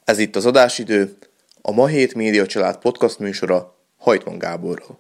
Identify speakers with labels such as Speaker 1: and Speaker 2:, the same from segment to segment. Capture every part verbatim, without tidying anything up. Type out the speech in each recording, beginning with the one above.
Speaker 1: Ez itt az adásidő, a Ma Hét Média Család podcast műsora Hajtman Gáborral.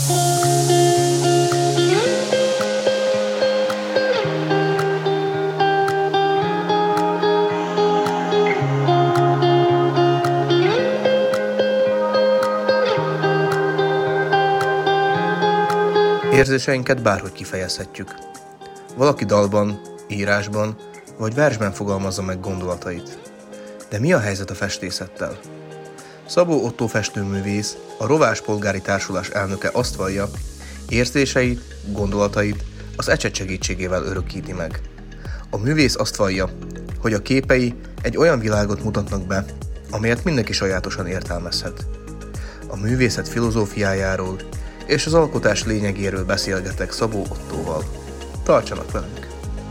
Speaker 1: Érzéseinket bárhogy kifejezhetjük. Valaki dalban, írásban vagy versben fogalmazza meg gondolatait. De mi a helyzet a festészettel? Szabó Ottó festőművész, a Rovás Polgári Társulás elnöke azt vallja, érzéseit, gondolatait az ecset segítségével örökíti meg. A művész azt vallja, hogy a képei egy olyan világot mutatnak be, amelyet mindenki sajátosan értelmezhet. A művészet filozófiájáról és az alkotás lényegéről beszélgetek Szabó Ottóval. Tartsanak velünk!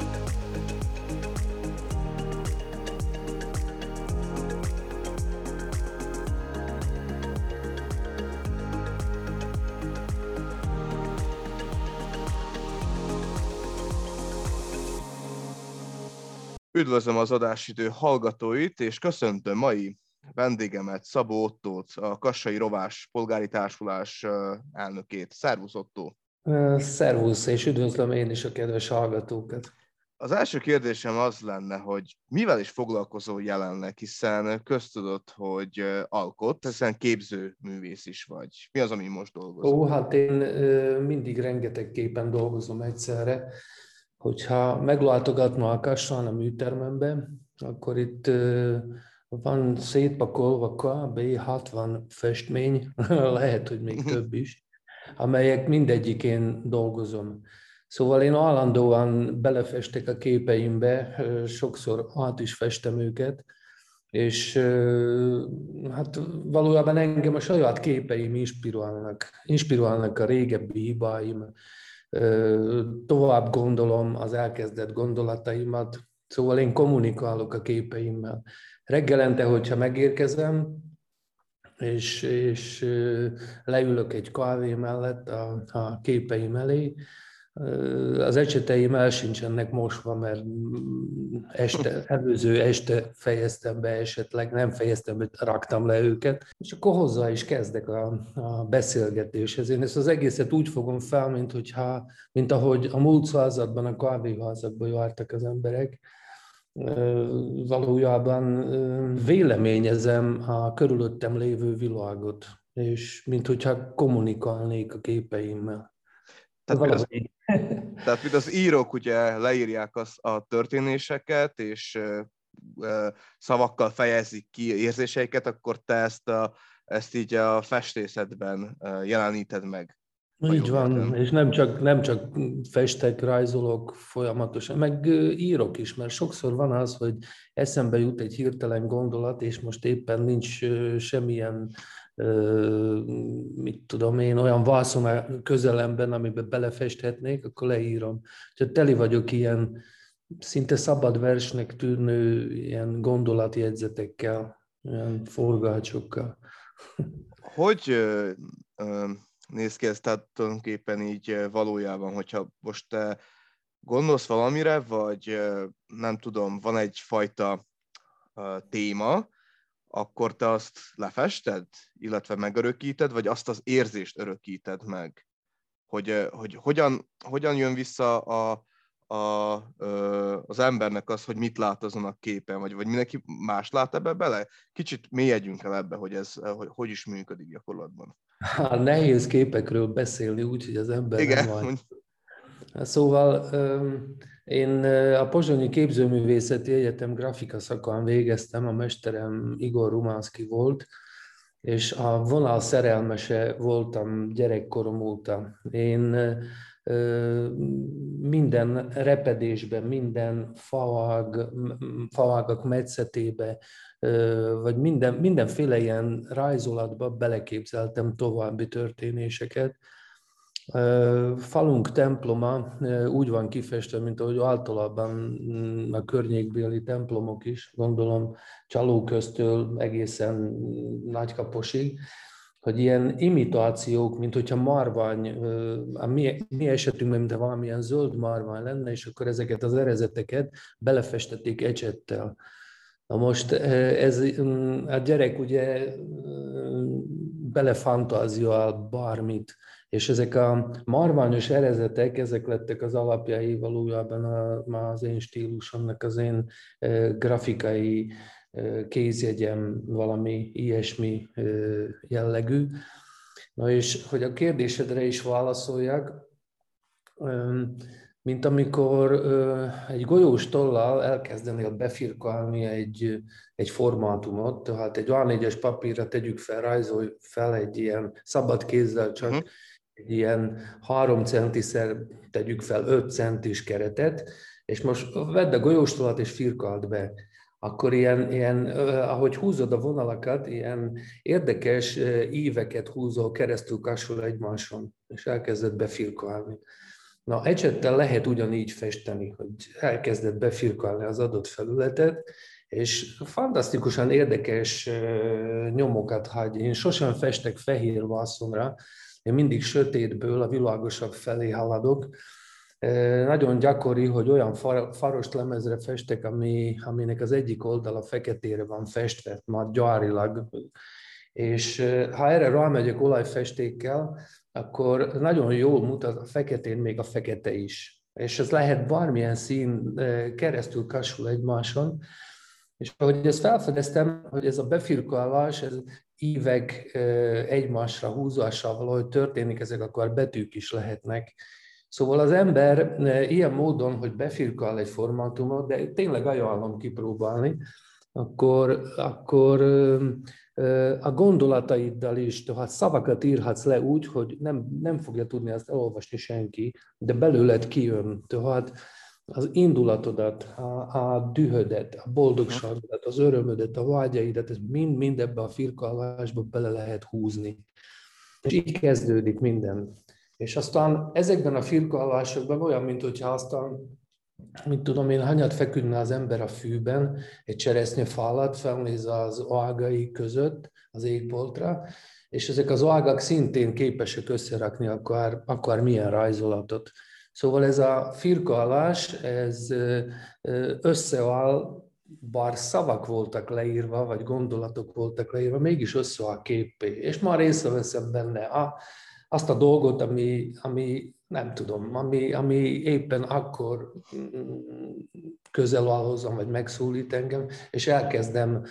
Speaker 1: Üdvözlöm az adásidő hallgatóit, és köszöntöm mai vendégemet, Szabó Ottót, a Kassai Rovás Polgári Társulás elnökét. Szervusz, Ottó!
Speaker 2: Szervusz, és üdvözlöm én is a kedves hallgatókat.
Speaker 1: Az első kérdésem az lenne, hogy mivel is foglalkozol jelenleg, hiszen köztudott, hogy alkot, hiszen képzőművész is vagy. Mi az, ami most dolgozol?
Speaker 2: Ó, hát én mindig rengeteg képen dolgozom egyszerre. Hogyha meglátogatna a Kassán a műtermemben, akkor itt van szétpakolva kb. hatvan festmény, lehet, hogy még több is, amelyek mindegyikén dolgozom. Szóval én állandóan belefestek a képeimbe, sokszor át is festem őket, és hát valójában engem a saját képeim inspirálnak, inspirálnak a régebbi hibáim, tovább gondolom az elkezdett gondolataimat, szóval én kommunikálok a képeimmel. Reggelente, hogyha megérkezem, és, és leülök egy kávé mellett a, a képeim elé, az ecseteim el sincsenek mosva, mert este, előző este fejeztem be, esetleg nem fejeztem be, raktam le őket, és akkor hozzá is kezdek a, a beszélgetéshez. Én ezt az egészet úgy fogom fel, mint, hogyha, mint ahogy a múlt században a kávéházakban jártak az emberek. Valójában véleményezem a körülöttem lévő világot, és mint hogyha kommunikálnék a képeimmel.
Speaker 1: Tehát, mint az, tehát mint az írók ugye leírják az, a történéseket, és uh, szavakkal fejezik ki érzéseiket, akkor te ezt, a, ezt így a festészetben uh, jeleníted meg.
Speaker 2: Így van, értem. És nem csak, nem csak festek, rajzolok folyamatosan, meg írok is, mert sokszor van az, hogy eszembe jut egy hirtelen gondolat, és most éppen nincs semmilyen mit tudom én, olyan vászon közelemben, amiben belefesthetnék, akkor leírom. Úgyhogy teli vagyok ilyen szinte szabad versnek tűnő ilyen gondolatjegyzetekkel, ilyen forgácsokkal.
Speaker 1: Hogy ö, ö, néz ki ez tehát tulajdonképpen így valójában, hogyha most te gondolsz valamire, vagy nem tudom, van egyfajta ö, téma, akkor te azt lefested, illetve megörökíted, vagy azt az érzést örökíted meg? Hogy, hogy hogyan, hogyan jön vissza a, a, az embernek az, hogy mit lát azon a képen, vagy, vagy mindenki más lát ebbe bele? Kicsit mélyedjünk el ebbe, hogy ez hogy, hogy is működik gyakorlatban.
Speaker 2: Há, nehéz képekről beszélni úgy, hogy az ember
Speaker 1: Igen,
Speaker 2: nem van. Szóval én a Pozsonyi Képzőművészeti Egyetem grafika szakán végeztem, a mesterem Igor Rumánszky volt, és a vonal szerelmese voltam gyerekkorom óta. Én minden repedésben, minden faág, faágak metszetébe, vagy minden, mindenféle ilyen rajzolatba beleképzeltem további történéseket. Falunk temploma úgy van kifestve, mint ahogy általában a környékbéli templomok is, gondolom Csalóköztől egészen Nagykaposig, hogy ilyen imitációk, mint hogyha marvány, a mi, mi esetünkben, mint valamilyen zöld marvány lenne, és akkor ezeket az erezeteket belefestették ecsettel. Na most ez, a gyerek ugye belefantáziál bármit, és ezek a marványos erezetek, ezek lettek az alapjai valójában az én stílusomnak, az én grafikai kézjegyem, valami ilyesmi jellegű. Na és hogy a kérdésedre is válaszoljak, mint amikor egy golyós tollal elkezdenél befirkálni egy, egy formátumot, tehát egy á négyes papírra tegyük fel, rajzolj fel egy ilyen szabad kézzel csak uh-huh. egy ilyen három centiszer, tegyük fel öt centis keretet, és most vedd a golyós tollat és firkáld be. Akkor ilyen, ilyen, ahogy húzod a vonalakat, ilyen érdekes íveket húzol keresztül kasul egymáson, és elkezded befirkálni. Na, ecsettel lehet ugyanígy festeni, hogy elkezded befirkálni az adott felületet, és fantasztikusan érdekes nyomokat hagy. Én sosem festek fehér vászonra, én mindig sötétből a világosabb felé haladok. Nagyon gyakori, hogy olyan faros lemezre festek, ami, aminek az egyik oldala feketére van festve, már gyárilag. És ha erre rámegyek olajfestékkel, akkor nagyon jól mutat a feketén még a fekete is. És ez lehet bármilyen szín keresztül kasul egymáson. És ahogy ezt felfedeztem, hogy ez a befirkálás, ez ívek egymásra húzással valahogy történik, ezek akkor betűk is lehetnek. Szóval az ember ilyen módon, hogy befirkál egy formátumot, de tényleg ajánlom kipróbálni, akkor, akkor a gondolataiddal is, tehát szavakat írhatsz le úgy, hogy nem, nem fogja tudni azt elolvasni senki, de belőled kijön. Tehát az indulatodat, a, a dühödet, a boldogságodat, az örömödet, a vágyaidat, ez mind-mind ebbe a firkálásba bele lehet húzni. És így kezdődik minden. És aztán ezekben a firkálásokban olyan, mint hogyha aztán, mint tudom én, hanyat feküdne az ember a fűben, egy cseresznyefálat felnéz az ágai között az égboltra, és ezek az ágak szintén képesek összerakni akár, akár milyen rajzolatot. Szóval ez a firkálás, ez összeáll, bár szavak voltak leírva, vagy gondolatok voltak leírva, mégis összeáll képpé, és már észreveszem benne a, azt a dolgot, ami, ami nem tudom, ami, ami éppen akkor közel áll hozzám, vagy megszólít engem, és elkezdem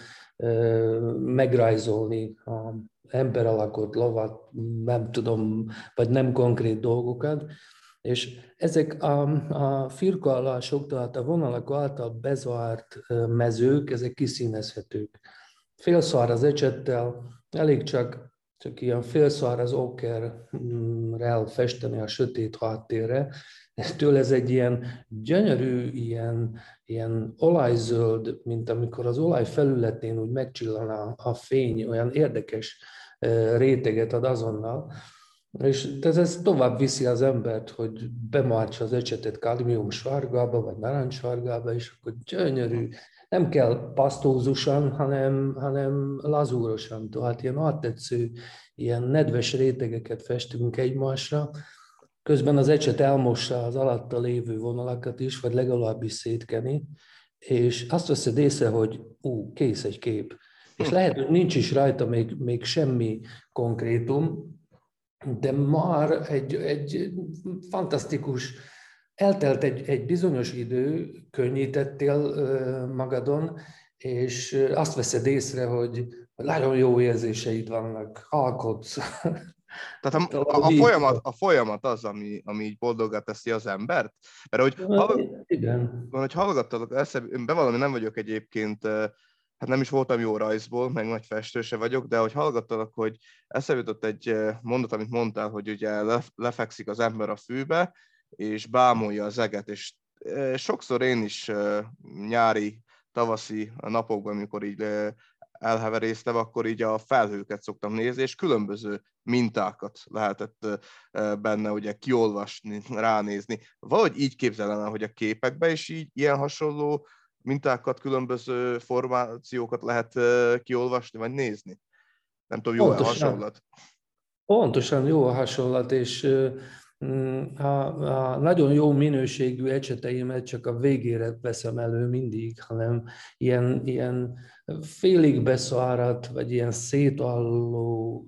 Speaker 2: megrajzolni az ember alakot, lovat, nem tudom, vagy nem konkrét dolgokat. És ezek a, a firkálások, tehát a vonalak által bezárt mezők, ezek kiszínezhetők. Félszáraz ecsettel elég csak, csak ilyen félszáraz okkerrel festeni a sötét háttérre. Ettől ez egy ilyen gyönyörű, ilyen, ilyen olajzöld, mint amikor az olaj felületén úgy megcsillan a, a fény, olyan érdekes réteget ad azonnal. És ez tovább viszi az embert, hogy bemártsa az ecsetet kadmium sárgába, vagy narancssárgába, és akkor gyönyörű. Nem kell pasztózusan, hanem, hanem lazúrosan. Tehát ilyen áttetsző, ilyen nedves rétegeket festünk egymásra. Közben az ecset elmossa az alatta lévő vonalakat is, vagy legalábbis szétkeni, és azt veszed észre, hogy ú, kész egy kép. És lehet, hogy nincs is rajta még, még semmi konkrétum, de már egy, egy fantasztikus, eltelt egy, egy bizonyos idő, könnyítettél magadon, és azt veszed észre, hogy nagyon jó érzéseid vannak, alkotsz.
Speaker 3: Tehát a, a, a, folyamat, a folyamat az, ami, ami így boldoggá teszi az embert? Mert hogy, hallg...
Speaker 2: Igen.
Speaker 3: hogy hallgattalak, én bevallom, nem vagyok egyébként, hát nem is voltam jó rajzból, meg nagy festő se vagyok, de hogy hallgattalak, hogy eszembe jutott egy mondat, amit mondtál, hogy ugye lefekszik az ember a fűbe, és bámulja az eget, és sokszor én is nyári, tavaszi napokban, amikor így elheveréztem, akkor így a felhőket szoktam nézni, és különböző mintákat lehetett benne ugye kiolvasni, ránézni. Valahogy így képzelem el, hogy a képekben is így ilyen hasonló mintákat, különböző formációkat lehet kiolvasni, vagy nézni? Nem tudom, jó a hasonlat?
Speaker 2: Pontosan jó a hasonlat, és A, a nagyon jó minőségű ecseteimet csak a végére veszem elő mindig, hanem ilyen, ilyen félig beszáradt, vagy ilyen szétalló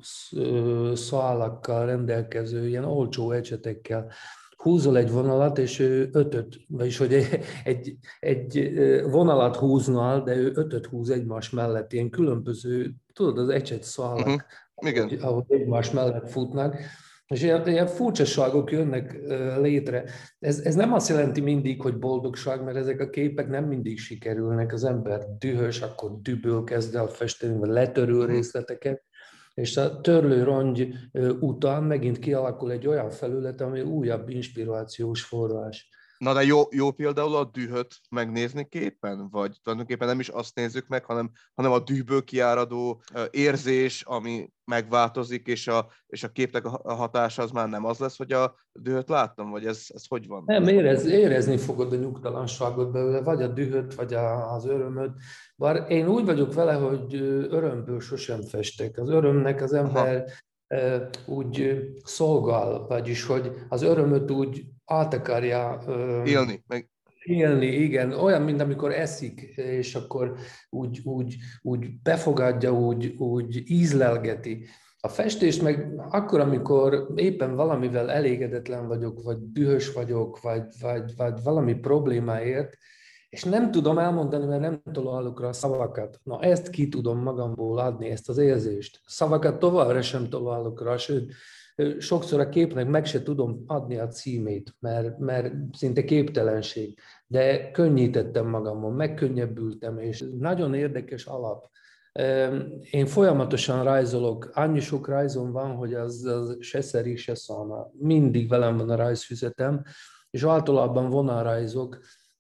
Speaker 2: szálakkal rendelkező, ilyen olcsó ecsetekkel húzol egy vonalat, és ő ötöt, vagyis hogy egy, egy vonalat húznal, de ő ötöt húz egymás mellett, ilyen különböző, tudod, az ecset szálak,
Speaker 3: Uh-huh. Igen.
Speaker 2: ahogy, ahogy egymás mellett futnak, és ilyen, ilyen furcsaságok jönnek létre. Ez, ez nem azt jelenti mindig, hogy boldogság, mert ezek a képek nem mindig sikerülnek. Az ember dühös, akkor düböl kezd el festeni, vagy letörül részleteket, és a törlő rongy után megint kialakul egy olyan felület, ami újabb inspirációs forrás.
Speaker 3: Na de jó, jó például a dühöt megnézni képen? Vagy tulajdonképpen nem is azt nézzük meg, hanem, hanem a dühből kiáradó érzés, ami megváltozik, és a, és a képnek a hatása az már nem az lesz, hogy a dühöt láttam, vagy ez, ez hogy van?
Speaker 2: Nem, érez, érezni fogod a nyugtalanságot belőle, vagy a dühöt, vagy a, az örömöt. Bár én úgy vagyok vele, hogy örömből sosem festek. Az örömnek az ember Aha. úgy szolgál, vagyis hogy az örömöt úgy át akarja
Speaker 3: élni. Meg...
Speaker 2: élni, igen. Olyan, mint amikor eszik, és akkor úgy, úgy, úgy befogadja, úgy, úgy ízlelgeti. A festés meg akkor, amikor éppen valamivel elégedetlen vagyok, vagy dühös vagyok, vagy, vagy, vagy valami problémáért, és nem tudom elmondani, mert nem találok rá szavakat. Na, ezt ki tudom magamból adni, ezt az érzést. Szavakat továbbra sem találok rá, sőt, sokszor a képnek meg se tudom adni a címét, mert, mert szinte képtelenség. De könnyítettem magamon, megkönnyebbültem, és nagyon érdekes alap. Én folyamatosan rajzolok, annyi sok rajzom van, hogy az, az se szeri, se szalma. Mindig velem van a rajzfüzetem, és általában vonalrajzok.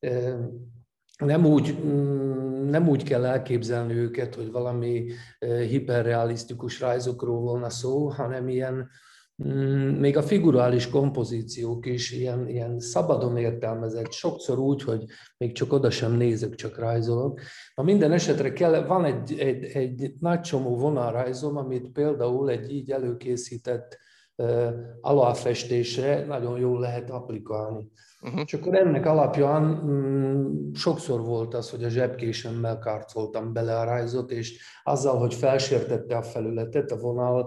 Speaker 2: Nem úgy, nem úgy kell elképzelni őket, hogy valami hiperrealisztikus rajzokról volna szó, hanem ilyen, még a figurális kompozíciók is ilyen, ilyen szabadon értelmezett, sokszor úgy, hogy még csak oda sem nézek, csak rajzolok. Na minden esetre kell, van egy, egy, egy nagy csomó vonalrajzom, amit például egy így előkészített uh, aláfestésre nagyon jól lehet applikálni. Uh-huh. És akkor ennek alapján mm, sokszor volt az, hogy a zsebkésemmel karcoltam bele a rajzot, és azzal, hogy felsértette a felületet, a vonal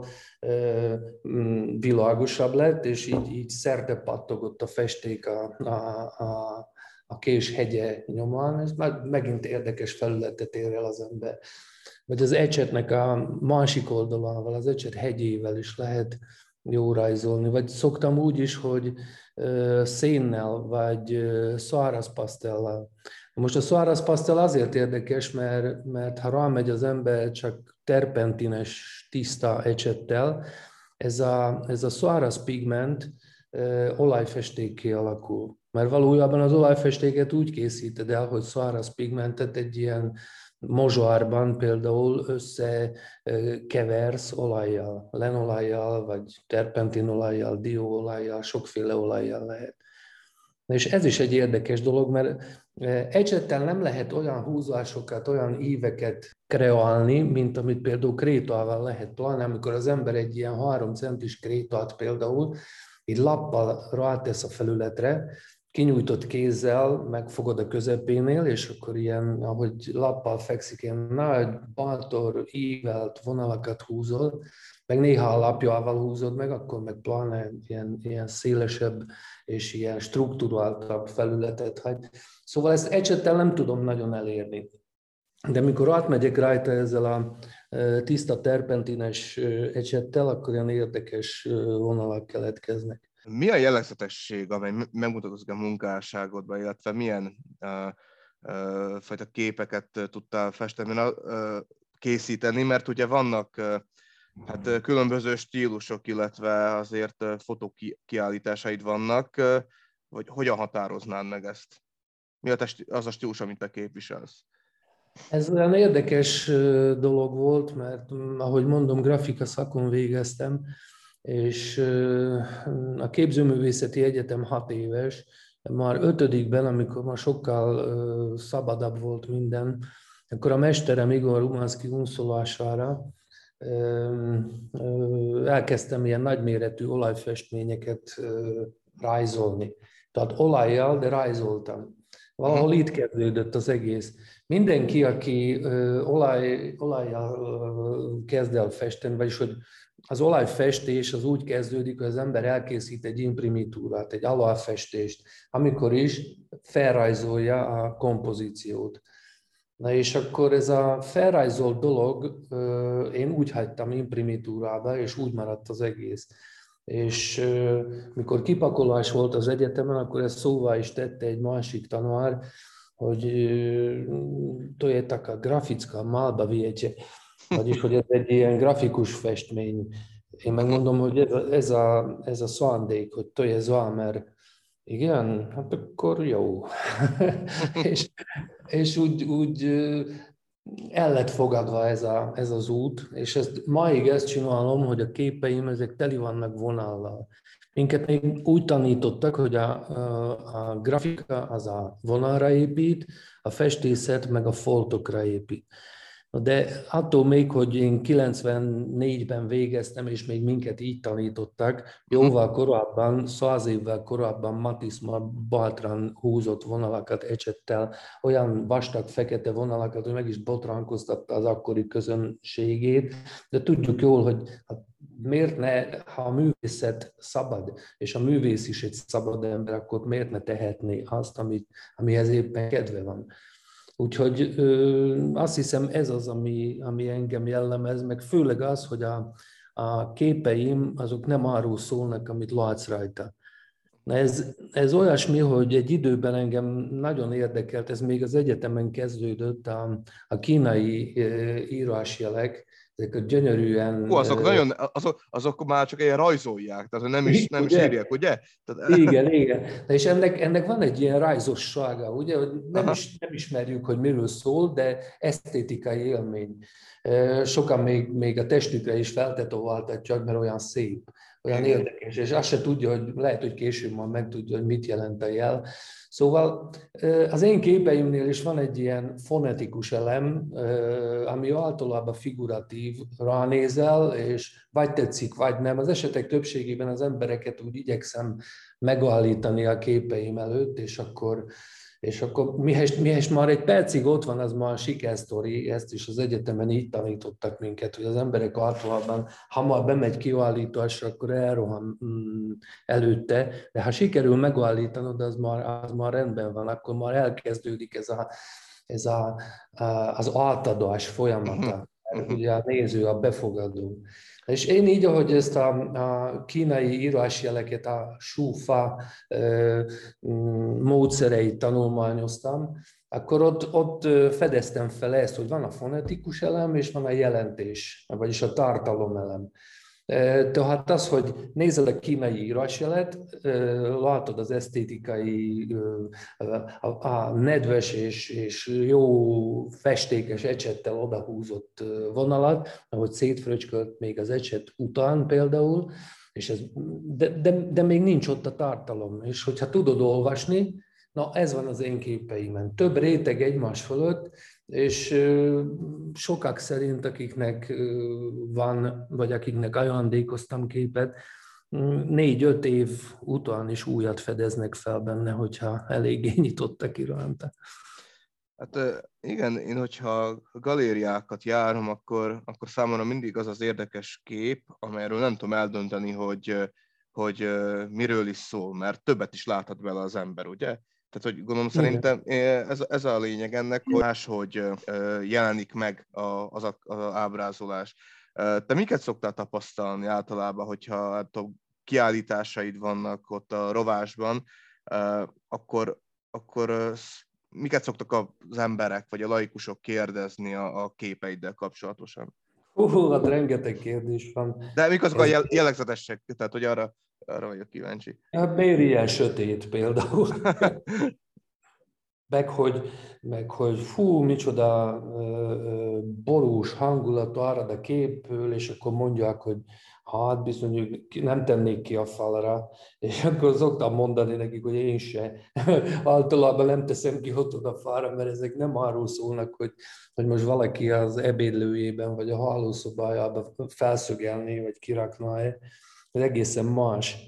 Speaker 2: mm, világosabb lett, és így, így szerte pattogott a festék a, a, a, a kés hegye nyomán, és megint érdekes felületet ér el az ember. Vagy az ecsetnek a másik oldalával, az ecset hegyével is lehet jó rajzolni. Vagy szoktam úgy is, hogy szénnel, vagy szárazpasztellel. Most a szárazpasztell azért érdekes, mert, mert ha rámegy az ember csak terpentines, tiszta ecsettel, ez a, ez a száraz pigment olajfestékké alakul. Mert valójában az olajfestéket úgy készíted el, hogy száraz pigmentet egy ilyen mozsárban például összekeversz olajjal, lenolajjal, vagy terpentinolajjal, dióolajjal, sokféle olajjal lehet. És ez is egy érdekes dolog, mert ecsettel nem lehet olyan húzásokat, olyan íveket kreálni, mint amit például krétával lehet, pláne amikor az ember egy ilyen három centis krétát például így lappal rátesz a felületre, kinyújtott kézzel megfogod a közepénél, és akkor ilyen, ahogy lappal fekszik, ilyen nagy, bátor, ívelt vonalakat húzol, meg néha a lapjával húzod meg, akkor meg pláne ilyen, ilyen szélesebb és ilyen struktúráltabb felületet hagy. Szóval ezt ecsettel nem tudom nagyon elérni. De mikor átmegyek rajta ezzel a tiszta terpentines ecsettel, akkor ilyen érdekes vonalak keletkeznek.
Speaker 3: Mi a jellegzetesség, amely megmutatkozik a munkásságodban, illetve milyen uh, uh, fajta képeket tudtál festeni, uh, készíteni, mert ugye vannak uh, hát, uh, különböző stílusok, illetve azért uh, fotókiállításaid vannak, uh, vagy hogyan határoznád meg ezt? Mi a testi, az a stílus, amit te képviselsz?
Speaker 2: Ez olyan érdekes dolog volt, mert ahogy mondom, grafika szakon végeztem, és a Képzőművészeti Egyetem hat éves, már ötödikben, amikor már sokkal szabadabb volt minden, akkor a mesterem Igor Umanszky unszolására elkezdtem ilyen nagyméretű olajfestményeket rajzolni. Tehát olajjal, de rajzoltam. Valahol itt kezdődött az egész. Mindenki, aki olaj, olajjal kezd el festeni, vagyis hogy az olajfestés az úgy kezdődik, hogy az ember elkészít egy imprimitúrát, egy alapfestést, amikor is felrajzolja a kompozíciót. Na és akkor ez a felrajzolt dolog, én úgy hagytam imprimitúrába, és úgy maradt az egész. És mikor kipakolás volt az egyetemen, akkor ezt szóvá is tette egy másik tanár, hogy to je taká grafická malba, viete, vagyis hogy ez egy ilyen grafikus festmény. Én megmondom, hogy ez a, ez a, ez a szándék, hogy to je zámer. Igen, hát akkor jó. és és úgy, úgy el lett fogadva ez, a, ez az út, és ezt, máig ezt csinálom, hogy a képeim ezek teli vannak vonallal. Minket még úgy tanítottak, hogy a, a, a grafika az a vonalra épít, a festészet meg a foltokra épít. De attól még, hogy én kilencvennégyben végeztem, és még minket így tanítottak, jóval korábban, száz évvel korábban Matisse már bátran húzott vonalakat ecsettel, olyan vastag fekete vonalakat, hogy meg is botránkoztatta az akkori közönségét, de tudjuk jól, hogy hát miért ne, ha a művészet szabad, és a művész is egy szabad ember, akkor miért ne tehetné azt, amit, amihez éppen kedve van. Úgyhogy ö, azt hiszem ez az, ami, ami engem jellemez, meg főleg az, hogy a, a képeim azok nem arról szólnak, amit látsz rajta. Ez, ez olyasmi, hogy egy időben engem nagyon érdekelt, ez még az egyetemen kezdődött, a, a kínai írásjelek, ezek a gyönyörűen...
Speaker 3: Ó, azok, nagyon, azok, azok már csak ilyen rajzolják, tehát nem is, nem is írják, ugye? Tehát...
Speaker 2: Igen, igen. És ennek, ennek van egy ilyen rajzossága, ugye, hogy nem, is, nem ismerjük, hogy miről szól, de esztétikai élmény. Sokan még, még a testükre is feltetováltatják, mert olyan szép, olyan igen. Érdekes, és azt se tudja, hogy lehet, hogy később már megtudja, hogy mit jelent a jel. Szóval az én képeimnél is van egy ilyen fonetikus elem, ami általában figuratív, ránézel, és vagy tetszik, vagy nem. Az esetek többségében az embereket úgy igyekszem megállítani a képeim előtt, és akkor, és akkor mihez, mihez már egy percig ott van, az már a sikersztori, ezt is az egyetemen így tanítottak minket, hogy az emberek általában, ha már bemegy kiállításra, akkor elrohan mm, előtte, de ha sikerül megállítanod, az már, az már rendben van, akkor már elkezdődik ez, a, ez a, a, az átadás folyamata. Ugye a néző, a befogadó. És én így, ahogy ezt a, a kínai írásjeleket, a Shu-fa módszereit tanulmányoztam, akkor ott, ott fedeztem fel ezt, hogy van a fonetikus elem, és van a jelentés, vagyis a tartalomelem. Tehát az, hogy nézel a kínai írásjelet, látod az esztétikai, a nedves és, és jó festékes ecsettel odahúzott vonalat, ahogy szétfröcskölt még az ecset után például, és ez, de, de, de még nincs ott a tartalom. És hogyha tudod olvasni, na ez van az én képeimen. Több réteg egymás fölött, és sokak szerint, akiknek van, vagy akiknek ajándékoztam képet, négy-öt év után is újat fedeznek fel benne, hogyha eléggé nyitottak iránta.
Speaker 3: Hát igen, én hogyha galériákat járom, akkor, akkor számomra mindig az az érdekes kép, amelyről nem tudom eldönteni, hogy, hogy miről is szól, mert többet is láthat vele az ember, ugye? Tehát, hogy gondolom szerintem ez, ez a lényeg ennek, hogy máshogy jelenik meg az, az ábrázolás. Te miket szoktál tapasztalni általában, hogyha hát, a kiállításaid vannak ott a rovásban, akkor, akkor miket szoktak az emberek vagy a laikusok kérdezni a, a képeiddel kapcsolatosan?
Speaker 2: Hú, hát rengeteg kérdés van.
Speaker 3: De mik azok a jellegzetesek? Tehát, hogy arra, arra vagyok kíváncsi.
Speaker 2: Hát miért ilyen sötét például? meg hogy, meg hogy fú, micsoda borús hangulatú árad a képből, és akkor mondják, hogy hát bizony nem tennék ki a falra, és akkor szoktam mondani nekik, hogy én se. Általában nem teszem ki ott a falra, mert ezek nem arról szólnak, hogy, hogy most valaki az ebédlőjében vagy a hálószobájában felszögelné, vagy kirakna-e. Ez egészen más.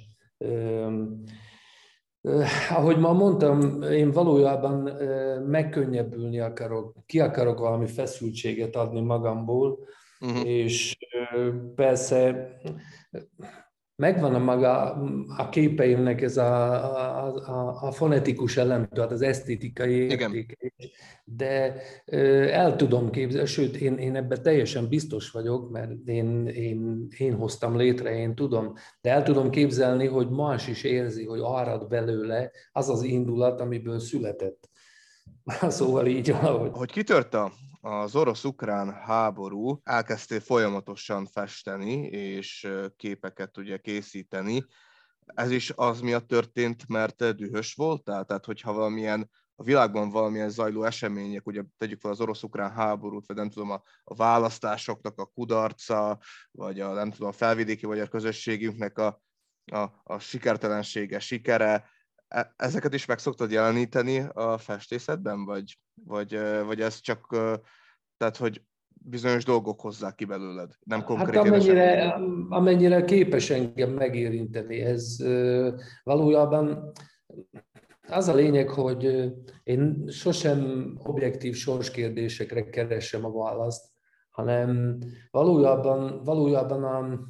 Speaker 2: Eh, ahogy már mondtam, én valójában eh, megkönnyebbülni akarok, ki akarok valami feszültséget adni magamból, uh-huh. és eh, persze megvan a maga a képeimnek ez a, a, a, a fonetikus elem, tehát az esztétikai értéke, de el tudom képzelni, sőt, én, én ebben teljesen biztos vagyok, mert én, én, én hoztam létre, én tudom, de el tudom képzelni, hogy más is érzi, hogy árad belőle az az indulat, amiből született. Szóval így, ahogy...
Speaker 3: Hogy kitört a az orosz-ukrán háború, elkezdtél folyamatosan festeni és képeket ugye készíteni. Ez is az miatt történt, mert dühös voltál? Tehát, hogyha valamilyen, a világban valamilyen zajló események, ugye tegyük fel az orosz-ukrán háborút, vagy nem tudom, a, a választásoknak a kudarca, vagy a, nem tudom, a felvidéki magyar közösségünknek a, a, a sikertelensége, sikere, ezeket is meg szoktad jeleníteni a festészetben, vagy, vagy, vagy ez csak, tehát, hogy bizonyos dolgok hozzák ki belőled, nem konkrét
Speaker 2: hát amennyire, amennyire képes engem megérinteni, ez valójában az a lényeg, hogy én sosem objektív sorskérdésekre keresem a választ, hanem valójában, valójában a,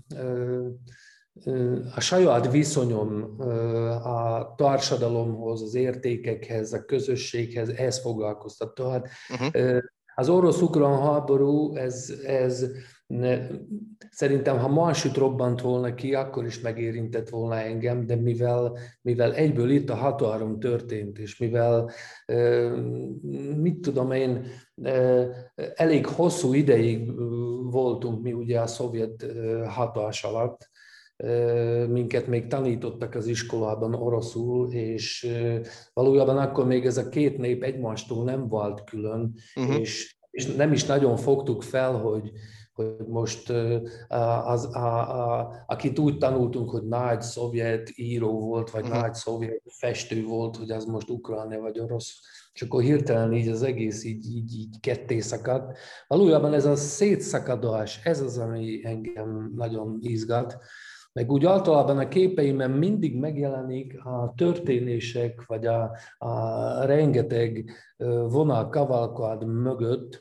Speaker 2: a saját viszonyom a társadalomhoz, az értékekhez, a közösséghez, ez foglalkoztat. Tehát uh-huh. az orosz-ukrán háború, ez, ez ne, szerintem, ha másütt robbant volna ki, akkor is megérintett volna engem, de mivel, mivel egyből itt a határon történt, és mivel, mit tudom én, elég hosszú ideig voltunk mi ugye a szovjet hatás alatt, minket még tanítottak az iskolában oroszul, és valójában akkor még ez a két nép egymástól nem vált külön, uh-huh. és, és nem is nagyon fogtuk fel, hogy, hogy most az, a, a, akit úgy tanultunk, hogy nagy szovjet író volt, vagy uh-huh. nagy szovjet festő volt, hogy az most ukrán vagy orosz, és akkor hirtelen így az egész így, így, így ketté szakadt. Valójában ez a szétszakadás, ez az, ami engem nagyon izgat. Meg úgy általában a képeimben mindig megjelenik a történések, vagy a, a rengeteg vonal kavalkád mögött,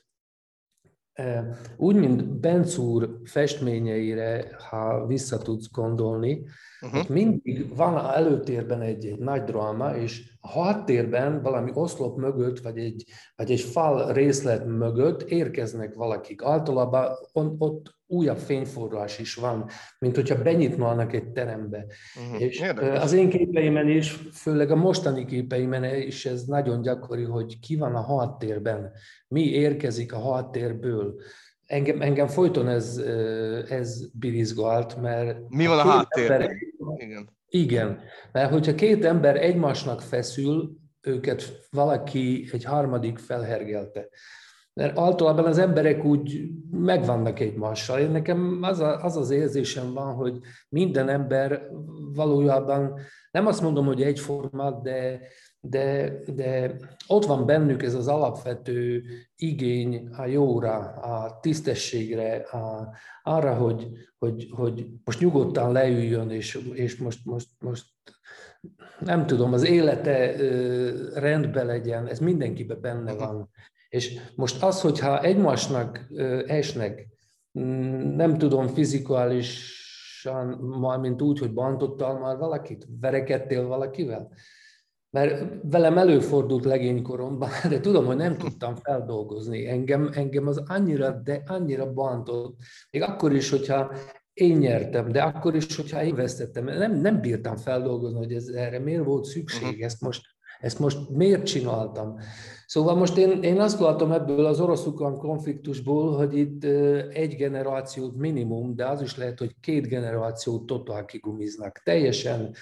Speaker 2: úgy, mint Benc úr festményeire, ha vissza tudsz gondolni, uh-huh. mindig van előtérben egy, egy nagy dráma, és a háttérben valami oszlop mögött, vagy egy, vagy egy fal részlet mögött érkeznek valakik. Általában on, ott újabb fényforrás is van, mint hogyha benyitnának egy terembe. Uh-huh. És Érdekes. Az én képeimen is, főleg a mostani képeimen is ez nagyon gyakori, hogy ki van a háttérben, mi érkezik a háttérből. Engem, engem folyton ez, ez birizgált, mert...
Speaker 3: Mi van a háttérben? Ember, igen.
Speaker 2: Igen, mert hogyha két ember egymásnak feszül, őket valaki, egy harmadik felhergelte. Mert általában az emberek úgy megvannak egymással. Én nekem az, a, az az érzésem van, hogy minden ember valójában, nem azt mondom, hogy egyforma, de, de, de ott van bennük ez az alapvető igény a jóra, a tisztességre, a, arra, hogy, hogy, hogy most nyugodtan leüljön, és, és most, most, most nem tudom, az élete rendben legyen, ez mindenkiben benne van. És most az, hogyha egymásnak esnek, nem tudom, fizikálisan, mármint úgy, hogy bántottál már valakit, verekedtél valakivel, mert velem előfordult legénykoromban, de tudom, hogy nem tudtam feldolgozni. Engem, engem az annyira, de annyira bántott, még akkor is, hogyha én nyertem, de akkor is, hogyha én vesztettem, nem, nem bírtam feldolgozni, hogy ez, erre miért volt szükség, ezt most, ezt most miért csináltam. Szóval most én, én azt látom ebből az orosz-ukrán konfliktusból, hogy itt egy generációt minimum, de az is lehet, hogy két generációt totál kigumiznak. Teljesen,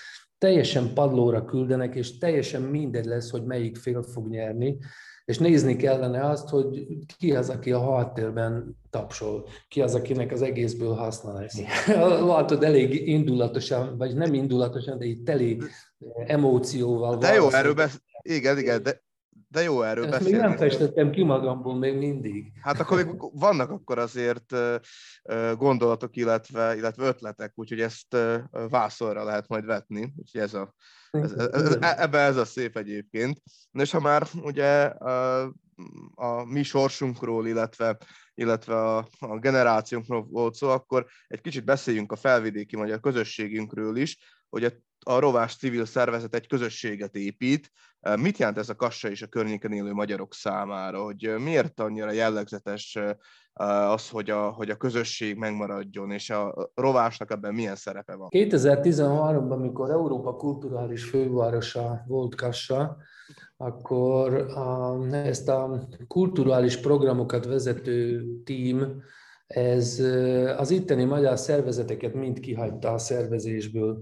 Speaker 2: teljesen padlóra küldenek, és teljesen mindegy lesz, hogy melyik fél fog nyerni, és nézni kellene azt, hogy ki az, aki a háttérben tapsol, ki az, akinek az egészből haszna lesz. Látod, elég indulatosan, vagy nem indulatosan, de így teli emócióval.
Speaker 3: De jó, erről besz... igen, igen, de, de jó erről beszélni.
Speaker 2: Még nem festettem ki magamból még mindig.
Speaker 3: Hát akkor még vannak akkor azért gondolatok, illetve, illetve ötletek, úgyhogy ezt vászorra lehet majd vetni, úgyhogy ez a, ez, ez, ebbe ez a szép egyébként. És ha már ugye a, a mi sorsunkról, illetve, illetve a, a generációnkról volt szó, akkor egy kicsit beszéljünk a felvidéki magyar közösségünkről is, hogy a a Rovás Civil Szervezet egy közösséget épít. Mit jelent ez a Kassa és a környéken élő magyarok számára? Hogy miért annyira jellegzetes az, hogy a, hogy a közösség megmaradjon, és a Rovásnak ebben milyen szerepe van?
Speaker 2: kétezer-tizenháromban, amikor Európa kulturális fővárosa volt Kassa, akkor a, ezt a kulturális programokat vezető tím, ez az itteni magyar szervezeteket mind kihagyta a szervezésből.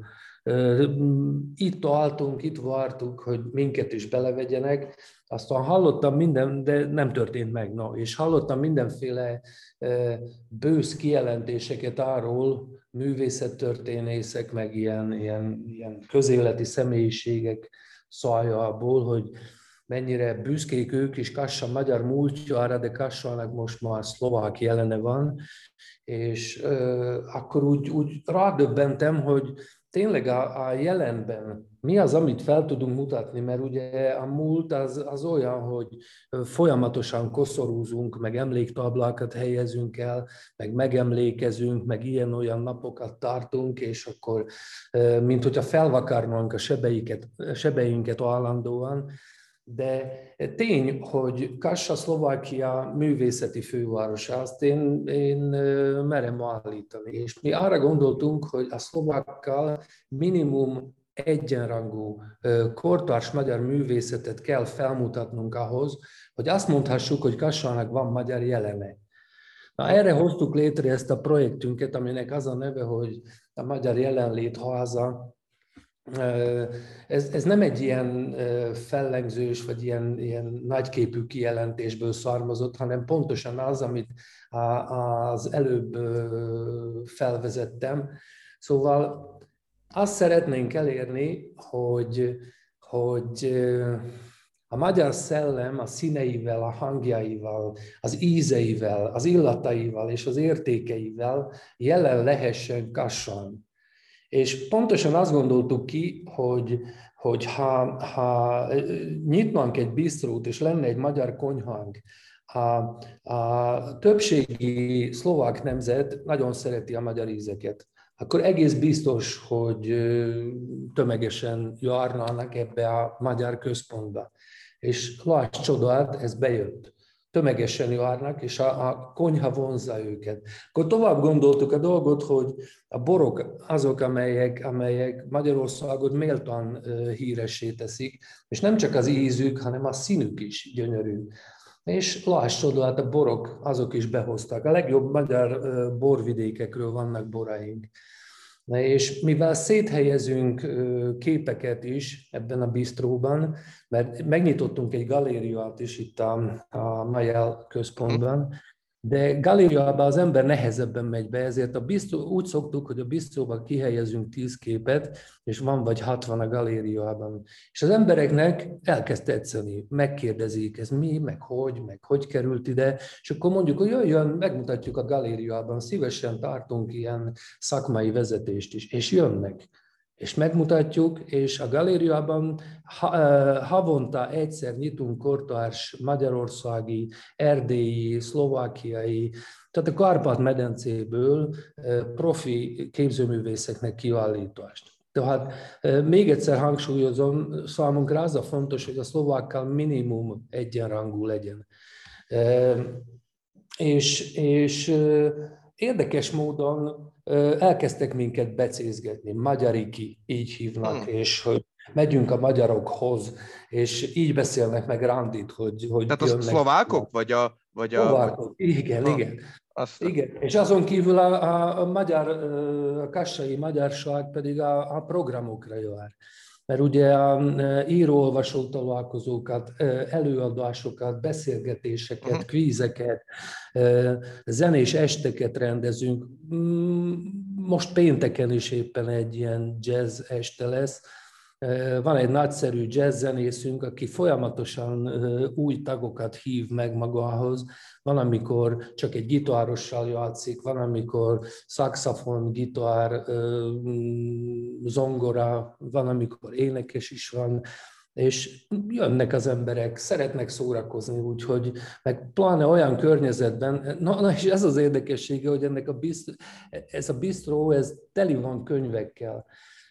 Speaker 2: Itt álltunk, itt vártuk, hogy minket is belevegyenek, aztán hallottam minden, de nem történt meg, no, és hallottam mindenféle bősz kijelentéseket arról, művészettörténészek, meg ilyen, ilyen, ilyen közéleti személyiségek szájából, hogy mennyire büszkék ők is Kassa magyar múltjára, de Kassának most már szlovák jelene van, és euh, akkor úgy, úgy rádöbbentem, hogy tényleg a, a jelenben mi az, amit fel tudunk mutatni, mert ugye a múlt az, az olyan, hogy folyamatosan koszorúzunk, meg emléktáblákat helyezünk el, meg megemlékezünk, meg ilyen-olyan napokat tartunk, és akkor, mint hogyha felvakarnánk a sebeiket, sebeinket állandóan. De tény, hogy Kassa Szlovákia művészeti fővárosa, azt én, én merem állítani. És mi arra gondoltunk, hogy a szlovákkal minimum egyenrangú kortárs magyar művészetet kell felmutatnunk ahhoz, hogy azt mondhassuk, hogy Kassának van magyar jelene. Na, erre hoztuk létre ezt a projektünket, aminek az a neve, hogy a Magyar Jelenlét Háza. Ez, ez nem egy ilyen fellengzős, vagy ilyen, ilyen nagyképű kijelentésből származott, hanem pontosan az, amit az előbb felvezettem. Szóval azt szeretnénk elérni, hogy, hogy a magyar szellem a színeivel, a hangjaival, az ízeivel, az illataival és az értékeivel jelen lehessen Kassán. És pontosan azt gondoltuk ki, hogy, hogy ha, ha nyitnánk egy bistrót, és lenne egy magyar konyhánk, a, a többségi szlovák nemzet nagyon szereti a magyar ízeket, akkor egész biztos, hogy tömegesen járnának ebbe a magyar központba. És láss csodát, ez bejött. Tömegesen járnak, és a, a konyha vonzza őket. Akkor tovább gondoltuk a dolgot, hogy a borok azok, amelyek, amelyek Magyarországot méltán híressé teszik, és nem csak az ízük, hanem a színük is gyönyörű. És láss csodát, a borok azok is behoztak. A legjobb magyar borvidékekről vannak boraink. És mivel széthelyezünk képeket is ebben a bistróban, mert megnyitottunk egy galériát is itt a, a Majel központban, de galériában az ember nehezebben megy be, ezért a bistró, úgy szoktuk, hogy a bistróban kihelyezünk tíz képet, és van vagy hatvan a galériában. És az embereknek elkezd tetszeni, megkérdezik, ez mi, meg hogy, meg hogy került ide, és akkor mondjuk, hogy jöjjön, megmutatjuk a galériában, szívesen tartunk ilyen szakmai vezetést is, és jönnek. És megmutatjuk, és a galériában havonta egyszer nyitunk kortárs magyarországi, erdélyi, szlovákiai, tehát a Kárpát-medencéből profi képzőművészeknek kiállítást. Tehát még egyszer hangsúlyozom, számunkra az a fontos, hogy a szlovákkal minimum egyenrangú legyen. És, és érdekes módon elkezdtek minket becézgetni, Magyariki, így hívnak, hmm. és hogy megyünk a magyarokhoz, és így beszélnek meg Randit, hogy, hogy
Speaker 3: Tehát a szlovákok, vagy a... Vagy a
Speaker 2: szlovákok, vagy... igen, ha, igen. Aztán. Igen. És azon kívül a, a, a magyar, a kassai magyarság pedig a, a programokra jár. Mert ugye a író-olvasó találkozókat, előadásokat, beszélgetéseket, uh-huh. kvízeket, zenés esteket rendezünk. Most pénteken is éppen egy ilyen jazz este lesz. Van egy nagyszerű jazzzenészünk, aki folyamatosan új tagokat hív meg magához. Van, amikor csak egy gitárossal játszik, van, amikor szaxofon, gitár, zongora, van, amikor énekes is van, és jönnek az emberek, szeretnek szórakozni, úgyhogy meg pláne olyan környezetben, na, na és ez az érdekessége, hogy ennek a bisztró, ez a bisztró, ez teli van könyvekkel.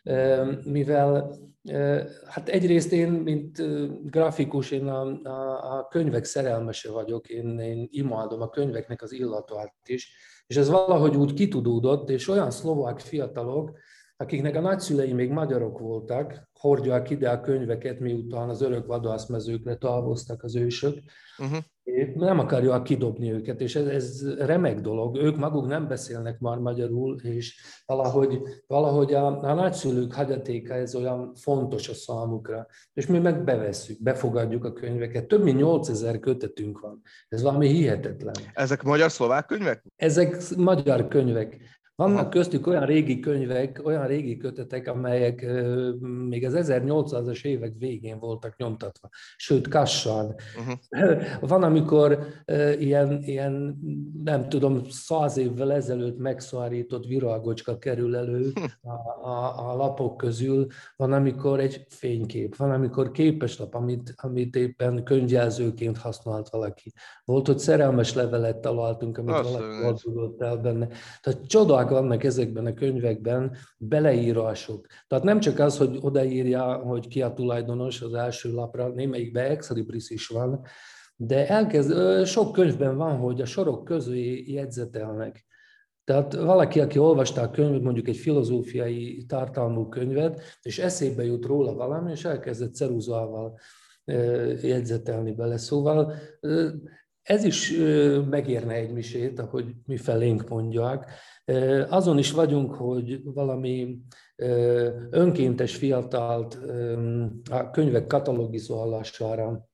Speaker 2: Mivel hát egyrészt én, mint grafikus, én a, a, a könyvek szerelmese vagyok, én, én imádom a könyveknek az illatát is, és ez valahogy úgy kitudódott, és olyan szlovák fiatalok, akiknek a nagyszülei még magyarok voltak, hordják ide a könyveket, miután az örök vadászmezőkre távoztak az ősök, uh-huh. nem akarják kidobni őket, és ez, ez remek dolog. Ők maguk nem beszélnek már magyarul, és valahogy, valahogy a, a nagyszülők hagyatéka ez olyan fontos a számukra. És mi meg bevesszük, befogadjuk a könyveket. Több mint nyolcezer kötetünk van. Ez valami hihetetlen.
Speaker 3: Ezek magyar-szlovák könyvek?
Speaker 2: Ezek magyar könyvek. Vannak köztük olyan régi könyvek, olyan régi kötetek, amelyek még az ezernyolcszázas évek végén voltak nyomtatva, sőt Kassán. Uh-huh. Van, amikor ilyen, ilyen, nem tudom, száz évvel ezelőtt megszárított virágocska kerül elő a, a, a lapok közül, van, amikor egy fénykép, van, amikor képeslap, amit, amit éppen könyvjelzőként használt valaki. Volt, hogy szerelmes levelet találtunk, amit Azt valaki oldott el benne. Tehát csodák vannak ezekben a könyvekben, beleírások. Tehát nem csak az, hogy odaírja, hogy ki a tulajdonos az első lapra, némelyikben ex libris is van, de elkezd, sok könyvben van, hogy a sorok közé jegyzetelnek. Tehát valaki, aki olvasta a könyvet, mondjuk egy filozófiai tartalmú könyvet, és eszébe jut róla valami, és elkezdett ceruzával jegyzetelni bele. Szóval ez is megérne egy misét, ahogy mi felénk mondják. Azon is vagyunk, hogy valami önkéntes fiatalt a könyvek katalogizálására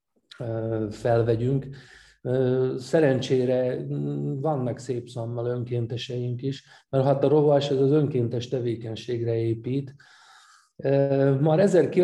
Speaker 2: felvegyünk. Szerencsére vannak szép számmal önkénteseink is, mert hát a rovás ez az önkéntes tevékenységre épít. Már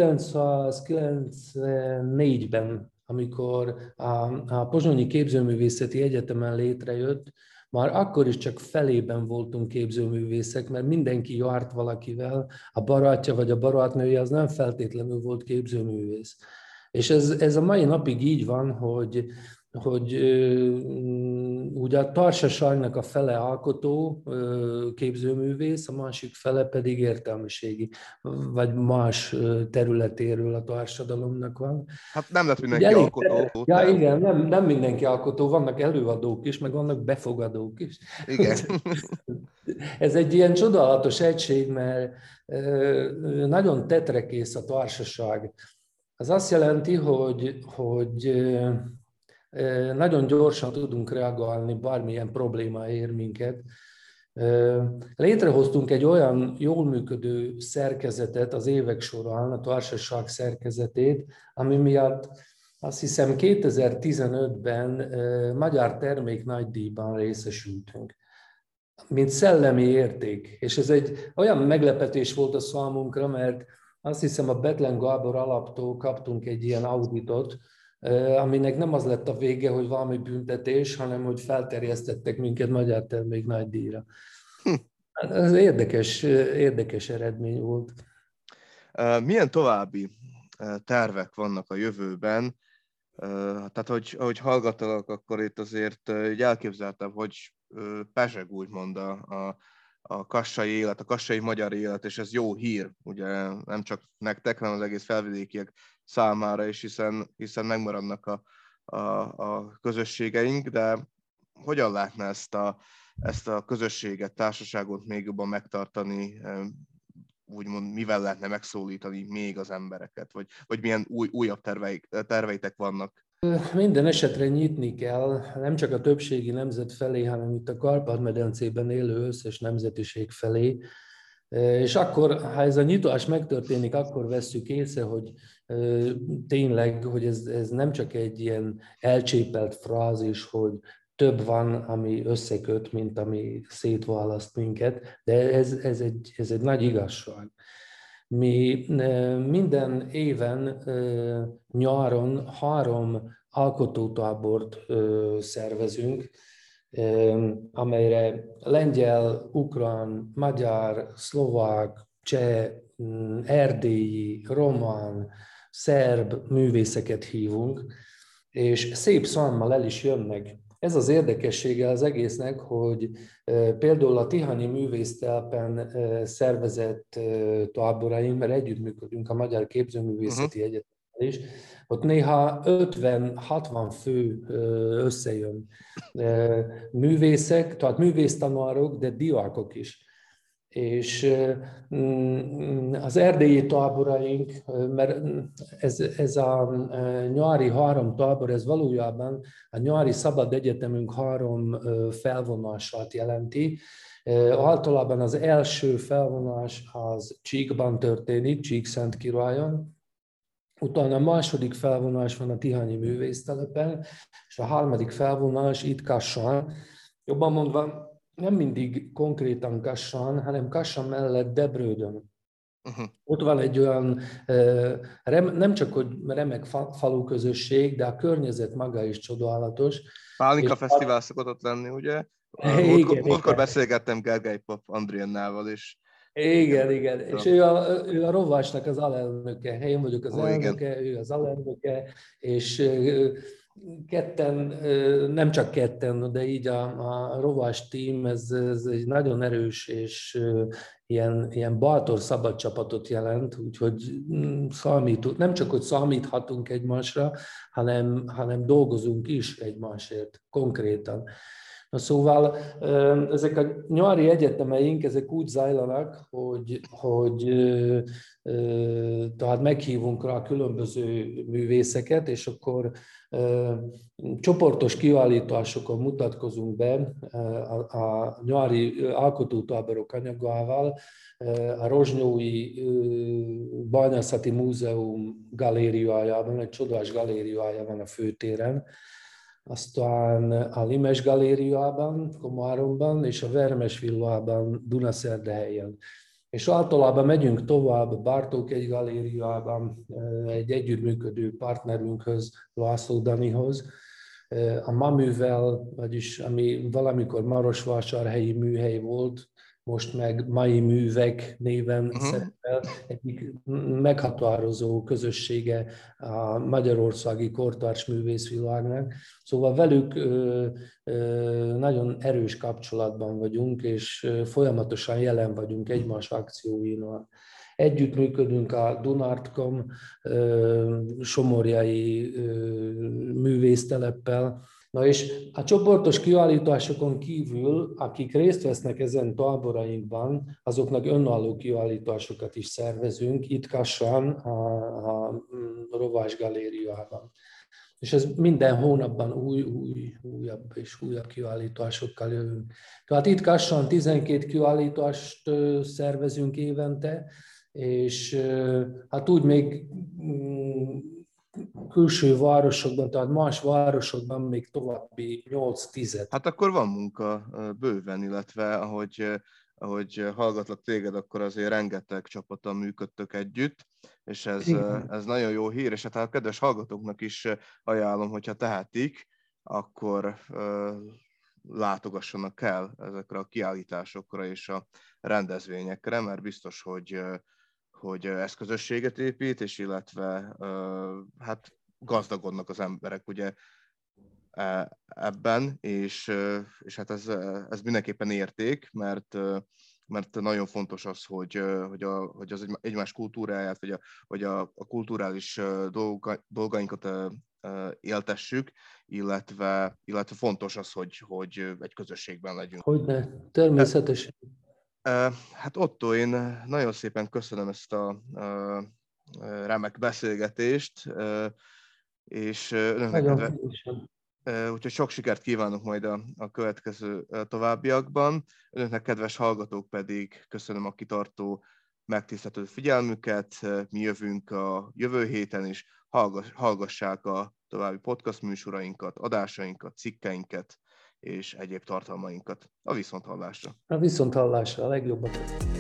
Speaker 2: ezerkilencszázkilencvennégyben, amikor a, a Pozsonyi Képzőművészeti Egyetemen létrejött, már akkor is csak felében voltunk képzőművészek, mert mindenki járt valakivel, a barátja vagy a barátnője az nem feltétlenül volt képzőművész. És ez, ez a mai napig így van, hogy, hogy ugye a társaságnak a fele alkotó képzőművész, a másik fele pedig értelmiségi, vagy más területéről a társadalomnak van.
Speaker 3: Hát nem lett mindenki elég, alkotó.
Speaker 2: Ja, nem. Igen, nem, nem mindenki alkotó, vannak előadók is, meg vannak befogadók is.
Speaker 3: Igen.
Speaker 2: Ez egy ilyen csodálatos egység, mert nagyon tetrekész a társaság. Az azt jelenti, hogy, hogy nagyon gyorsan tudunk reagálni, bármilyen probléma ér minket. Létrehoztunk egy olyan jól működő szerkezetet az évek során, a társaság szerkezetét, ami miatt azt hiszem kétezer-tizenötben Magyar Termék Nagydíjban részesültünk, mint szellemi érték. És ez egy olyan meglepetés volt a számunkra, mert azt hiszem a Bethlen Gábor alaptól kaptunk egy ilyen auditot, aminek nem az lett a vége, hogy valami büntetés, hanem hogy felterjesztettek minket Magyar Termék Nagydíjra. Hm. Ez érdekes, érdekes eredmény volt.
Speaker 3: Milyen további tervek vannak a jövőben? Tehát, hogy, ahogy hallgattalak, akkor itt azért így elképzeltem, hogy pezseg úgymond a, a, a kassai élet, a kassai magyar élet, és ez jó hír, ugye nem csak nektek, hanem az egész felvidékiek számára is, hiszen, hiszen megmaradnak a, a, a közösségeink, de hogyan látná ezt a, ezt a közösséget, társaságot még jobban megtartani, úgymond mivel lehetne megszólítani még az embereket, vagy, vagy milyen új, újabb terveik, terveitek vannak?
Speaker 2: Minden esetre nyitni kell, nem csak a többségi nemzet felé, hanem itt a Kárpát-medencében élő összes nemzetiség felé. És akkor, ha ez a nyitás megtörténik, akkor vesszük észre, hogy tényleg, hogy ez, ez nem csak egy ilyen elcsépelt frázis, hogy több van, ami összeköt, mint ami szétválaszt minket, de ez, ez, egy, ez egy nagy igazság. Mi minden éven nyáron három alkotótábort szervezünk, amelyre lengyel, ukrán, magyar, szlovák, cseh, erdélyi, román, szerb művészeket hívunk, és szép számmal el is jönnek. Ez az érdekessége az egésznek, hogy például a Tihanyi Művésztelpen szervezett táboraink, mert együttműködünk a Magyar Képzőművészeti uh-huh. Egyetemmel is, ott néha ötven-hatvan fő összejön. Művészek, tehát művésztanárok, de diákok is. És az erdélyi táboraink, mert ez, ez a nyári három tábor, ez valójában a nyári szabad egyetemünk három felvonását jelenti. Általában az első felvonás az Csíkban történik, Csíkszentkirályon, utána a második felvonás van a Tihanyi Művésztelepen, és a harmadik felvonás itt Kassán. Jobban mondva, nem mindig konkrétan Kassán, hanem Kassa mellett Debrődön. Uh-huh. Ott van egy olyan, nem csak hogy remek falu közösség, de a környezet maga is csodálatos.
Speaker 3: Pálinka Fesztivál szokott ott lenni, ugye? Múltkor beszélgettem Gergely Pap Andriennával, és
Speaker 2: igen, igen, igen. És ő a, ő a rovásnak az alelnöke, én vagyok az Ó, elnöke, igen. Ő az alelnöke, és ketten, nem csak ketten, de így a, a rovás tím, ez, ez egy nagyon erős és ilyen, ilyen bátor szabad csapatot jelent, úgyhogy számít, nem csak, hogy számíthatunk egymásra, hanem, hanem dolgozunk is egymásért, konkrétan. Na szóval ezek a nyári egyetemeink, ezek úgy zajlanak, hogy, hogy tehát meghívunk rá különböző művészeket, és akkor csoportos kiállításokon mutatkozunk be a, a nyári alkotótáborok anyagával. A Rozsnyói Bányászati Múzeum galériájában, egy csodás galériája van a főtéren, aztán a Limes galériában, Komáromban, és a Vermes villában, Dunaszerdahelyen. És általában megyünk tovább Bartók egy galériában, egy együttműködő partnerünkhöz, László Danihoz, a MAMÜvel, vagyis ami valamikor Marosvásárhelyi műhely volt, most meg Mai Művek néven uh-huh. szerepel, egyik meghatározó közössége a magyarországi kortárs művészvilágnak. Szóval velük ö, ö, nagyon erős kapcsolatban vagyunk, és folyamatosan jelen vagyunk egymás akcióinál. Együttműködünk a Dunartkom somorjai művészteleppel. Na és a csoportos kiállításokon kívül, akik részt vesznek ezen táborainkban, azoknak önálló kiállításokat is szervezünk, itt Kassán, a, a Rovás galériában. És ez minden hónapban új, új, újabb és újabb kiállításokkal jövünk. Tehát itt Kassán tizenkét kiállítást szervezünk évente, és hát úgy még külső városokban, tehát más városokban még további nyolc-tíz.
Speaker 3: Hát akkor van munka bőven, illetve ahogy, ahogy hallgatlak téged, akkor azért rengeteg csapattal működtök együtt, és ez, ez nagyon jó hír, és hát a kedves hallgatóknak is ajánlom, hogyha tehetik, akkor látogassanak el ezekre a kiállításokra és a rendezvényekre, mert biztos, hogy hogy ez közösséget épít, és illetve hát gazdagodnak az emberek ugye ebben, és, és hát ez, ez mindenképpen érték, mert, mert nagyon fontos az, hogy, hogy, a, hogy az egymás kultúráját, vagy a, vagy a, a kulturális dolga, dolgainkat éltessük, illetve, illetve fontos az, hogy, hogy egy közösségben legyünk.
Speaker 2: Hogyne, természetesen.
Speaker 3: Hát Otto, én nagyon szépen köszönöm ezt a remek beszélgetést, és önöknek kedve... Úgyhogy sok sikert kívánok majd a, a következő továbbiakban. Önöknek, kedves hallgatók, pedig köszönöm a kitartó, megtisztelő figyelmüket. Mi jövünk a jövő héten is. Hallgassák a további podcast műsorainkat, adásainkat, cikkeinket és egyéb tartalmainkat. A viszonthallásra.
Speaker 2: A viszonthallásra, a legjobbat.